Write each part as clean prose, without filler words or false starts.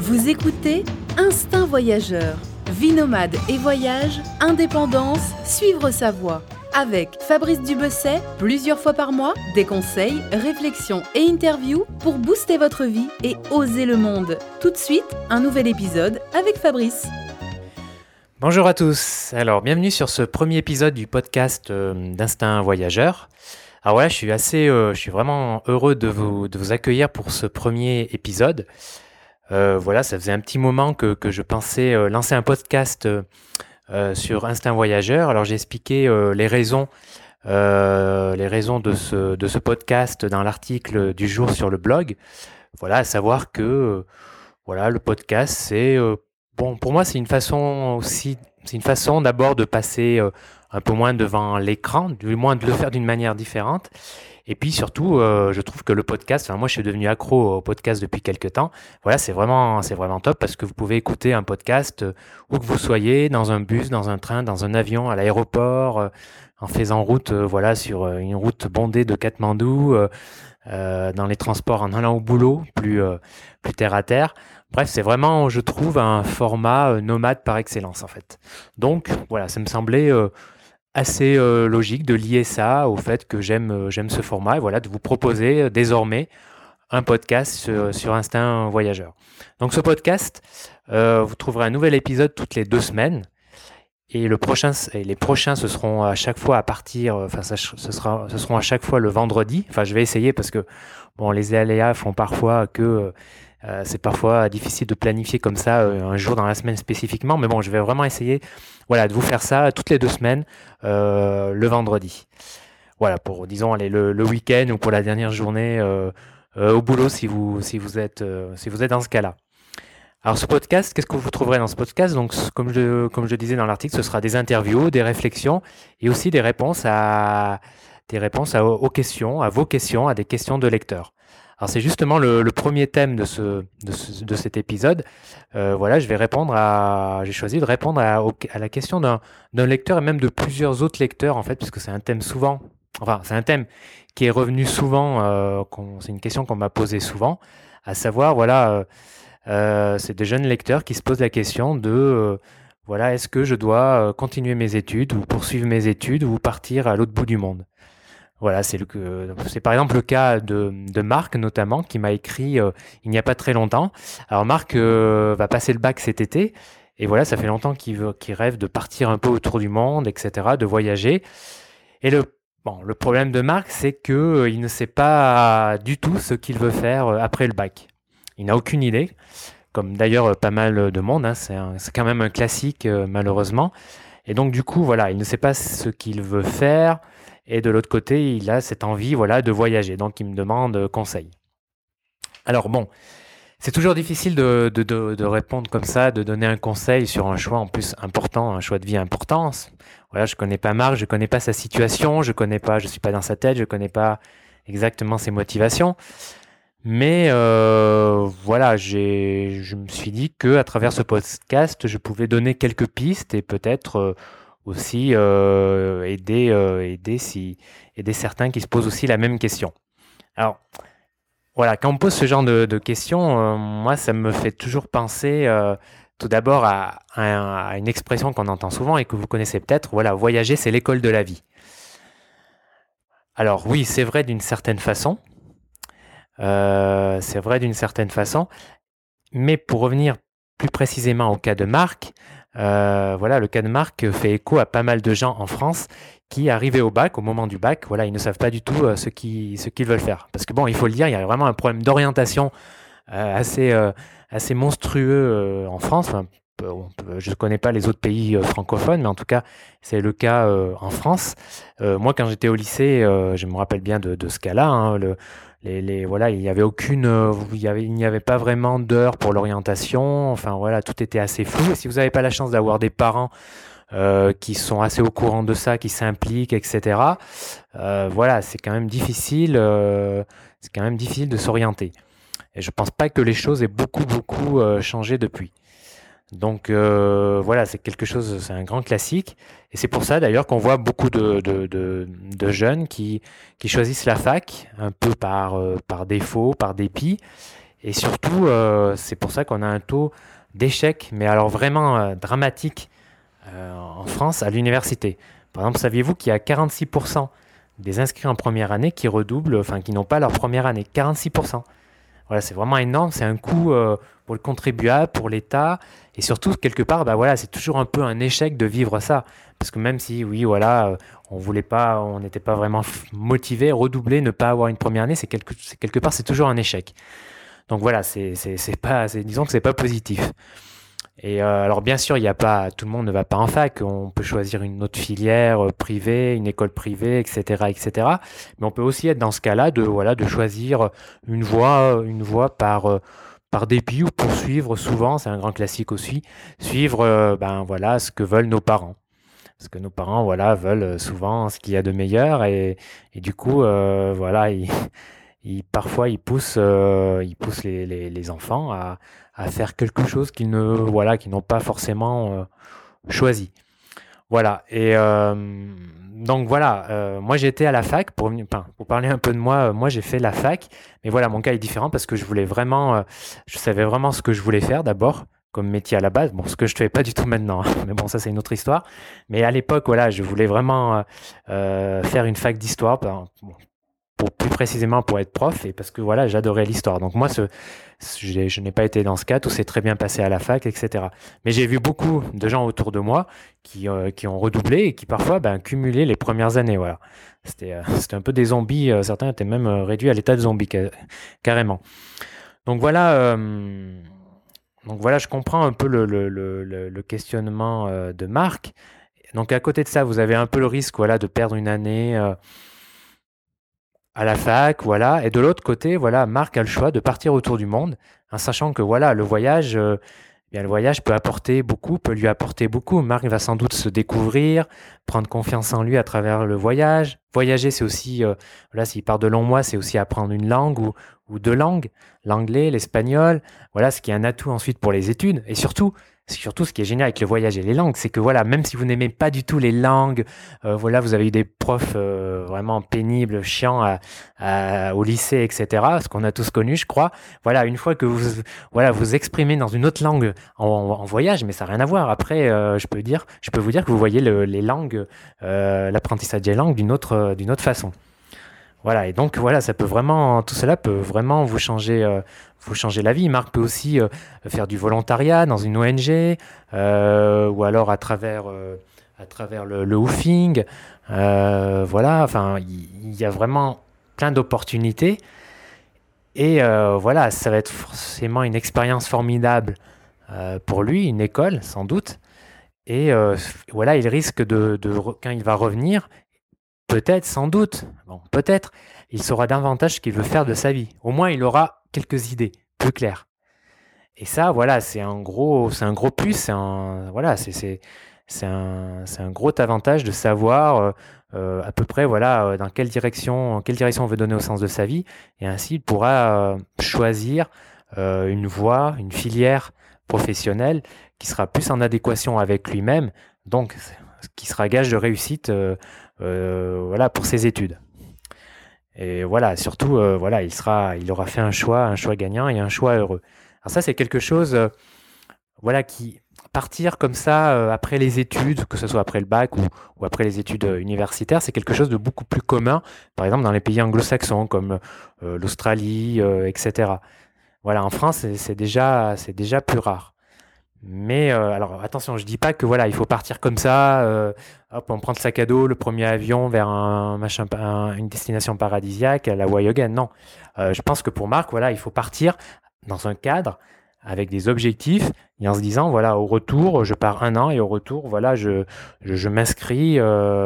Vous écoutez Instinct Voyageur. Vie nomade et voyage, indépendance, suivre sa voie. Avec Fabrice Dubesset, plusieurs fois par mois, des conseils, réflexions et interviews pour booster votre vie et oser le monde. Tout de suite, un nouvel épisode avec Fabrice. Bonjour à tous, alors bienvenue sur ce premier épisode du podcast d'Instinct Voyageur. Alors voilà, je suis vraiment heureux de vous accueillir pour ce premier épisode. Voilà, ça faisait un petit moment que je pensais lancer un podcast sur Instinct Voyageur. Alors j'ai expliqué les raisons de ce podcast dans l'article du jour sur le blog. Voilà, à savoir que voilà, le podcast, c'est bon, pour moi, c'est une façon d'abord de passer un peu moins devant l'écran, du moins de le faire d'une manière différente. Et puis surtout, je trouve que le podcast, moi je suis devenu accro au podcast depuis quelques temps. Voilà, c'est vraiment top parce que vous pouvez écouter un podcast où que vous soyez, dans un bus, dans un train, dans un avion, à l'aéroport, en faisant route, voilà, sur une route bondée de Katmandou, dans les transports en allant au boulot, plus terre à terre. Bref, c'est vraiment, je trouve, un format nomade par excellence en fait. Donc voilà, ça me semblait assez logique de lier ça au fait que j'aime ce format et voilà, de vous proposer désormais un podcast sur Instinct Voyageur. Donc ce podcast, vous trouverez un nouvel épisode toutes les 2 semaines. Et les prochains, ce seront à chaque fois ce seront à chaque fois le vendredi. Enfin, je vais essayer parce que bon, les aléas font parfois que c'est parfois difficile de planifier comme ça un jour dans la semaine spécifiquement. Mais bon, je vais vraiment essayer, voilà, de vous faire ça toutes les 2 semaines, le vendredi. Voilà, pour disons aller le week-end ou pour la dernière journée au boulot si vous êtes dans ce cas-là. Alors ce podcast, qu'est-ce que vous trouverez dans ce podcast? Donc comme je disais dans l'article, ce sera des interviews, des réflexions et aussi des réponses aux questions, à vos questions, à des questions de lecteurs. Alors c'est justement le premier thème de cet épisode. Voilà, j'ai choisi de répondre à la question d'un lecteur et même de plusieurs autres lecteurs en fait, puisque c'est un thème qui est revenu souvent, c'est une question qu'on m'a posée souvent, à savoir voilà. C'est des jeunes lecteurs qui se posent la question de voilà, est-ce que je dois continuer mes études ou poursuivre mes études ou partir à l'autre bout du monde? Voilà, c'est par exemple le cas de Marc notamment qui m'a écrit il n'y a pas très longtemps. Alors Marc va passer le bac cet été et voilà, ça fait longtemps qu'il rêve de partir un peu autour du monde, etc., de voyager. Et le problème de Marc, c'est que il ne sait pas du tout ce qu'il veut faire après le bac. Il n'a aucune idée, comme d'ailleurs pas mal de monde, hein, c'est quand même un classique malheureusement. Et donc du coup, voilà, il ne sait pas ce qu'il veut faire. Et de l'autre côté, il a cette envie voilà, de voyager. Donc il me demande conseil. Alors bon, c'est toujours difficile de répondre comme ça, de donner un conseil sur un choix en plus important, un choix de vie important. Voilà, je connais pas Marc, je connais pas sa situation, je suis pas dans sa tête, je connais pas exactement ses motivations. Mais voilà, je me suis dit qu'à travers ce podcast, je pouvais donner quelques pistes et peut-être aussi aider certains qui se posent aussi la même question. Alors, voilà, quand on me pose ce genre de questions, moi, ça me fait toujours penser tout d'abord à une expression qu'on entend souvent et que vous connaissez peut-être. Voilà, voyager, c'est l'école de la vie. Alors oui, c'est vrai d'une certaine façon. Mais pour revenir plus précisément au cas de Marc, voilà, le cas de Marc fait écho à pas mal de gens en France qui, arrivés au bac, au moment du bac, voilà, ils ne savent pas du tout ce qu'ils veulent faire. Parce que bon, il faut le dire, il y a vraiment un problème d'orientation assez monstrueux en France. Enfin, je ne connais pas les autres pays francophones, mais en tout cas, c'est le cas en France. Moi, quand j'étais au lycée, je me rappelle bien de ce cas-là. Hein, voilà, il n'y avait pas vraiment d'heures pour l'orientation. Enfin voilà, tout était assez flou. Et si vous n'avez pas la chance d'avoir des parents qui sont assez au courant de ça, qui s'impliquent, etc. Voilà, c'est quand même difficile. C'est quand même difficile de s'orienter. Et je pense pas que les choses aient beaucoup changé depuis. Donc voilà, c'est un grand classique. Et c'est pour ça d'ailleurs qu'on voit beaucoup de jeunes qui choisissent la fac un peu par défaut, par dépit, Et surtout, c'est pour ça qu'on a un taux d'échec, mais alors vraiment dramatique en France à l'université. Par exemple, saviez-vous qu'il y a 46% des inscrits en première année qui redoublent, enfin qui n'ont pas leur première année? 46%. Voilà, c'est vraiment énorme, c'est un coût pour le contribuable, pour l'État, et surtout, quelque part, bah voilà, c'est toujours un peu un échec de vivre ça. Parce que même si, oui, voilà, on voulait pas, on n'était pas vraiment motivé, redoubler, ne pas avoir une première année, quelque part, c'est toujours un échec. Donc voilà, c'est pas, disons que c'est pas positif. Et alors bien sûr, il y a pas, tout le monde ne va pas en fac. On peut choisir une autre filière privée, une école privée, etc., etc. Mais on peut aussi être dans ce cas-là de voilà de choisir une voie par dépit ou poursuivre souvent, c'est un grand classique aussi, suivre ben voilà ce que veulent nos parents. Parce que nos parents voilà veulent souvent ce qu'il y a de meilleur et du coup voilà parfois ils poussent les enfants à faire quelque chose qu'ils ne voilà qu'ils n'ont pas forcément choisi. Voilà et donc voilà moi j'étais à la fac pour parler un peu de moi moi j'ai fait la fac mais voilà mon cas est différent parce que je voulais vraiment je savais vraiment ce que je voulais faire d'abord comme métier à la base, bon, ce que je ne fais pas du tout maintenant, hein, mais bon, ça c'est une autre histoire. Mais à l'époque, voilà, je voulais vraiment faire une fac d'histoire, pour plus précisément pour être prof et parce que voilà j'adorais l'histoire donc moi je n'ai pas été dans ce cas, tout s'est très bien passé à la fac, etc. Mais j'ai vu beaucoup de gens autour de moi qui ont redoublé et qui parfois ben, cumulaient les premières années, voilà. C'était un peu des zombies, certains étaient même réduits à l'état de zombies carrément. Donc voilà je comprends un peu le questionnement de Marc. Donc à côté de ça vous avez un peu le risque voilà de perdre une année à la fac, voilà. Et de l'autre côté, voilà, Marc a le choix de partir autour du monde, en sachant que voilà, bien, le voyage peut apporter beaucoup, peut lui apporter beaucoup. Marc va sans doute se découvrir, prendre confiance en lui à travers le voyage. Voyager, c'est aussi, voilà, s'il part de longs mois, c'est aussi apprendre une langue ou deux langues, l'anglais, l'espagnol. Voilà, ce qui est un atout ensuite pour les études. Et surtout, ce qui est génial avec le voyage et les langues, c'est que voilà, même si vous n'aimez pas du tout les langues, voilà, vous avez eu des profs vraiment pénibles, chiants au lycée, etc. Ce qu'on a tous connu, je crois. Voilà, une fois que voilà, vous exprimez dans une autre langue en voyage, mais ça n'a rien à voir. Après, je peux vous dire que vous voyez les langues, l'apprentissage des langues d'une autre façon. Voilà, et donc voilà, tout cela peut vraiment vous changer la vie. Marc peut aussi faire du volontariat dans une ONG, ou alors à travers le woofing. Voilà, enfin, il y a vraiment plein d'opportunités. Et voilà, ça va être forcément une expérience formidable pour lui, une école sans doute. Et voilà, il risque quand il va revenir, peut-être, sans doute, bon, peut-être, il saura davantage ce qu'il veut faire de sa vie. Au moins, il aura quelques idées plus claires. Et ça, voilà, c'est un gros plus. Voilà, c'est un gros avantage de savoir à peu près, voilà, dans quelle direction on veut donner au sens de sa vie. Et ainsi, il pourra choisir une voie, une filière professionnelle qui sera plus en adéquation avec lui-même. Donc, qui sera gage de réussite voilà, pour ses études. Et voilà, surtout, voilà, il aura fait un choix gagnant et un choix heureux. Alors ça, c'est quelque chose, voilà, qui partir comme ça après les études, que ce soit après le bac ou après les études universitaires, c'est quelque chose de beaucoup plus commun, par exemple dans les pays anglo-saxons comme l'Australie, etc. Voilà, en France, c'est déjà plus rare. Mais alors attention, je dis pas que voilà, il faut partir comme ça, hop, on prend le sac à dos, le premier avion vers une destination paradisiaque, à la Hawaii again. Non, je pense que pour Marc, voilà, il faut partir dans un cadre avec des objectifs et en se disant voilà, au retour, je pars un an et au retour, voilà, je m'inscris,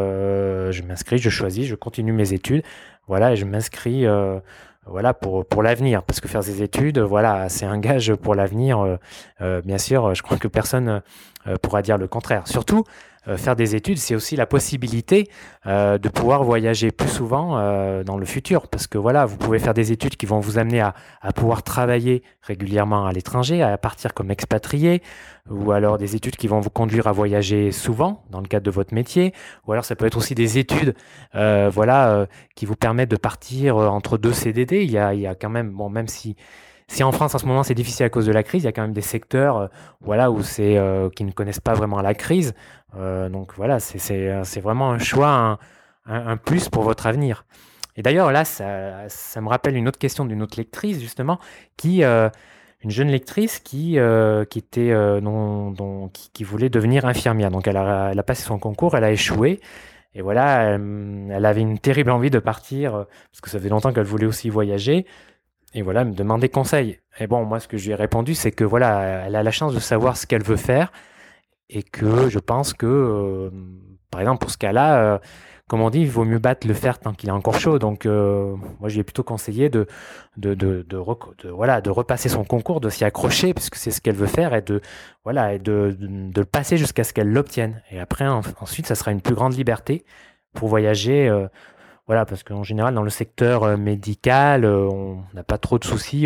je choisis, je continue mes études, voilà, et je m'inscris. Voilà pour l'avenir, parce que faire des études, voilà, c'est un gage pour l'avenir. Bien sûr, je crois que personne pourra dire le contraire. Surtout, faire des études, c'est aussi la possibilité de pouvoir voyager plus souvent dans le futur, parce que voilà, vous pouvez faire des études qui vont vous amener à pouvoir travailler régulièrement à l'étranger, à partir comme expatrié, ou alors des études qui vont vous conduire à voyager souvent dans le cadre de votre métier, ou alors ça peut être aussi des études, voilà, qui vous permettent de partir entre deux CDD. Il y a quand même, bon, même si Si en France en ce moment c'est difficile à cause de la crise, il y a quand même des secteurs voilà, où qui ne connaissent pas vraiment la crise. Donc voilà, c'est vraiment un choix, un plus pour votre avenir. Et d'ailleurs, là, ça me rappelle une autre question d'une autre lectrice, justement, une jeune lectrice qui était, qui voulait devenir infirmière. Donc elle a passé son concours, elle a échoué. Et voilà, elle avait une terrible envie de partir, parce que ça fait longtemps qu'elle voulait aussi voyager. Et voilà, me demander conseil. Et bon, moi, ce que je lui ai répondu, c'est que voilà, elle a la chance de savoir ce qu'elle veut faire et que je pense que, par exemple, pour ce cas-là, comme on dit, il vaut mieux battre le fer tant qu'il est encore chaud. Donc, moi, je lui ai plutôt conseillé voilà, de repasser son concours, de s'y accrocher, puisque c'est ce qu'elle veut faire, voilà, et de le passer jusqu'à ce qu'elle l'obtienne. Et après, ensuite, ça sera une plus grande liberté pour voyager. Voilà, parce qu'en général, dans le secteur médical, on n'a pas trop de soucis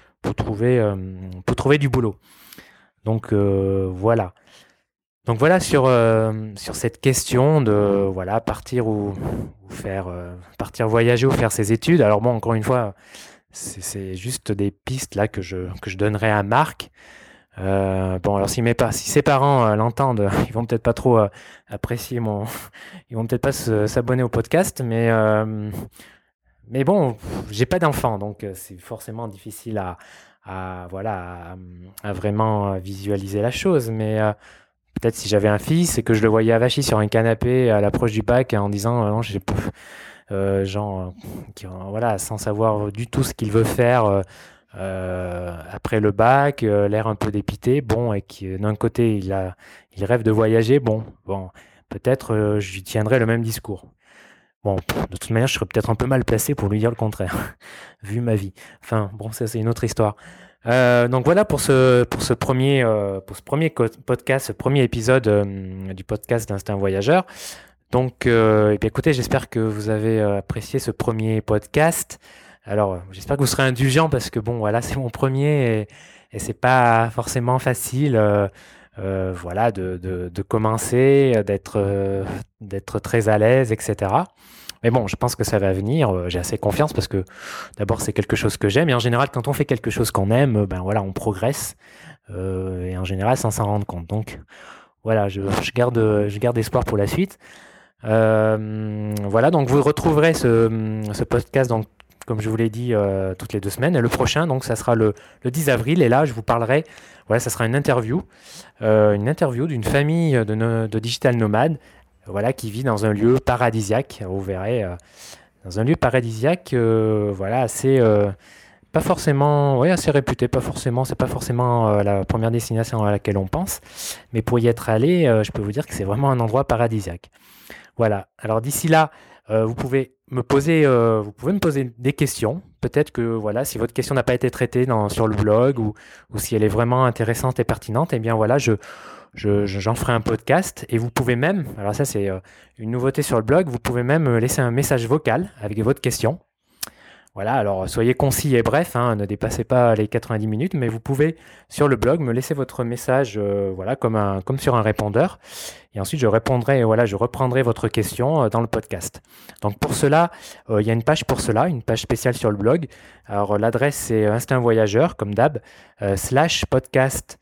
pour trouver du boulot. Donc, voilà. Donc voilà sur cette question de voilà partir ou faire partir voyager ou faire ses études. Alors bon, encore une fois, c'est juste des pistes là que je donnerai à Marc. Bon, alors si ses parents l'entendent, ils vont peut-être pas trop apprécier ils vont peut-être pas s'abonner au podcast, mais bon, j'ai pas d'enfant, donc c'est forcément difficile voilà à vraiment visualiser la chose. Mais peut-être si j'avais un fils et que je le voyais avachi sur un canapé à l'approche du bac en disant non, genre voilà, sans savoir du tout ce qu'il veut faire après le bac, l'air un peu dépité, bon, et qui d'un côté il rêve de voyager, bon, peut-être je lui tiendrais le même discours. Bon, de toute manière, je serais peut-être un peu mal placé pour lui dire le contraire, vu ma vie. Enfin, bon, ça c'est une autre histoire. Donc voilà pour ce premier podcast, ce premier épisode du podcast d'Instinct Voyageur. Donc, eh bien, écoutez, j'espère que vous avez apprécié ce premier podcast. Alors, j'espère que vous serez indulgents parce que bon, voilà, c'est mon premier et c'est pas forcément facile, voilà, de commencer, d'être très à l'aise, etc. Mais bon, je pense que ça va venir. J'ai assez confiance parce que d'abord, c'est quelque chose que j'aime. Et en général, quand on fait quelque chose qu'on aime, ben voilà, on progresse. Et en général, sans s'en rendre compte. Donc, voilà, je garde espoir pour la suite. Voilà, donc vous retrouverez ce podcast, donc, comme je vous l'ai dit, toutes les 2 semaines. Et le prochain, donc, ça sera le 10 avril. Et là, je vous parlerai, voilà, ça sera une interview d'une famille de digital nomades, voilà, qui vit dans un lieu paradisiaque. Vous verrez, dans un lieu paradisiaque, voilà, pas forcément, ouais, assez réputé, c'est pas forcément la première destination à laquelle on pense, mais pour y être allé, je peux vous dire que c'est vraiment un endroit paradisiaque. Voilà. Alors d'ici là, vous pouvez me poser des questions. Peut-être que voilà, si votre question n'a pas été traitée sur le blog ou si elle est vraiment intéressante et pertinente, eh bien voilà, j'en ferai un podcast et vous pouvez même, alors ça c'est une nouveauté sur le blog, vous pouvez même laisser un message vocal avec votre question. Voilà, alors soyez concis et bref, hein, ne dépassez pas les 90 minutes, mais vous pouvez sur le blog me laisser votre message voilà, comme sur un répondeur. Et ensuite, je reprendrai votre question dans le podcast. Donc pour cela, il y a une page une page spéciale sur le blog. Alors l'adresse c'est Instinct Voyageur, comme d'hab, /podcast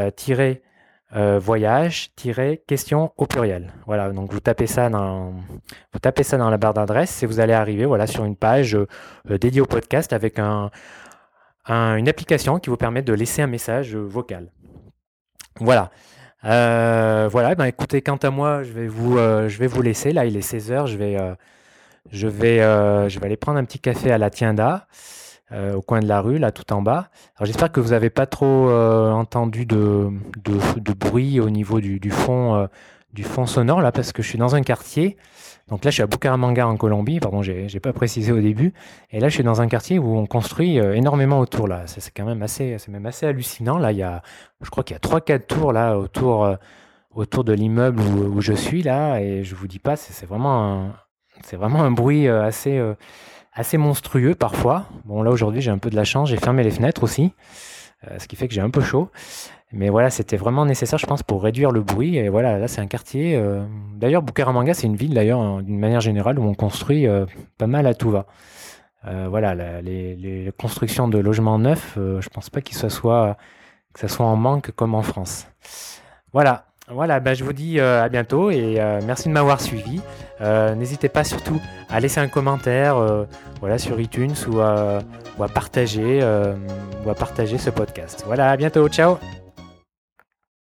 voyage question au pluriel. Voilà, donc vous tapez ça dans la barre d'adresse et vous allez arriver voilà, sur une page dédiée au podcast avec une application qui vous permet de laisser un message vocal. Voilà. Voilà, ben écoutez, quant à moi, je vais vous laisser. Là, il est 16h, je vais aller prendre un petit café à la Tienda. Au coin de la rue, là, tout en bas. Alors, j'espère que vous n'avez pas trop entendu de bruit au niveau du fond sonore, là, parce que je suis dans un quartier. Donc là, je suis à Bucaramanga, en Colombie. Pardon, j'ai pas précisé au début. Et là, je suis dans un quartier où on construit énormément autour, là. C'est quand même c'est même assez hallucinant. Là, je crois qu'il y a 3-4 tours, là, autour de l'immeuble où je suis, là. Et je vous dis pas, c'est vraiment un bruit assez monstrueux parfois. Bon, là aujourd'hui j'ai un peu de la chance, j'ai fermé les fenêtres aussi, ce qui fait que j'ai un peu chaud. Mais voilà, c'était vraiment nécessaire, je pense, pour réduire le bruit. Et voilà, là c'est un quartier. D'ailleurs, Bucaramanga, c'est une ville, d'ailleurs, d'une manière générale, où on construit pas mal à tout va. Voilà, les constructions de logements neufs, je pense pas que ça soit en manque comme en France. Voilà, voilà, je vous dis à bientôt et merci de m'avoir suivi. N'hésitez pas surtout à laisser un commentaire voilà, sur iTunes ou à partager ce podcast. Voilà, à bientôt, ciao!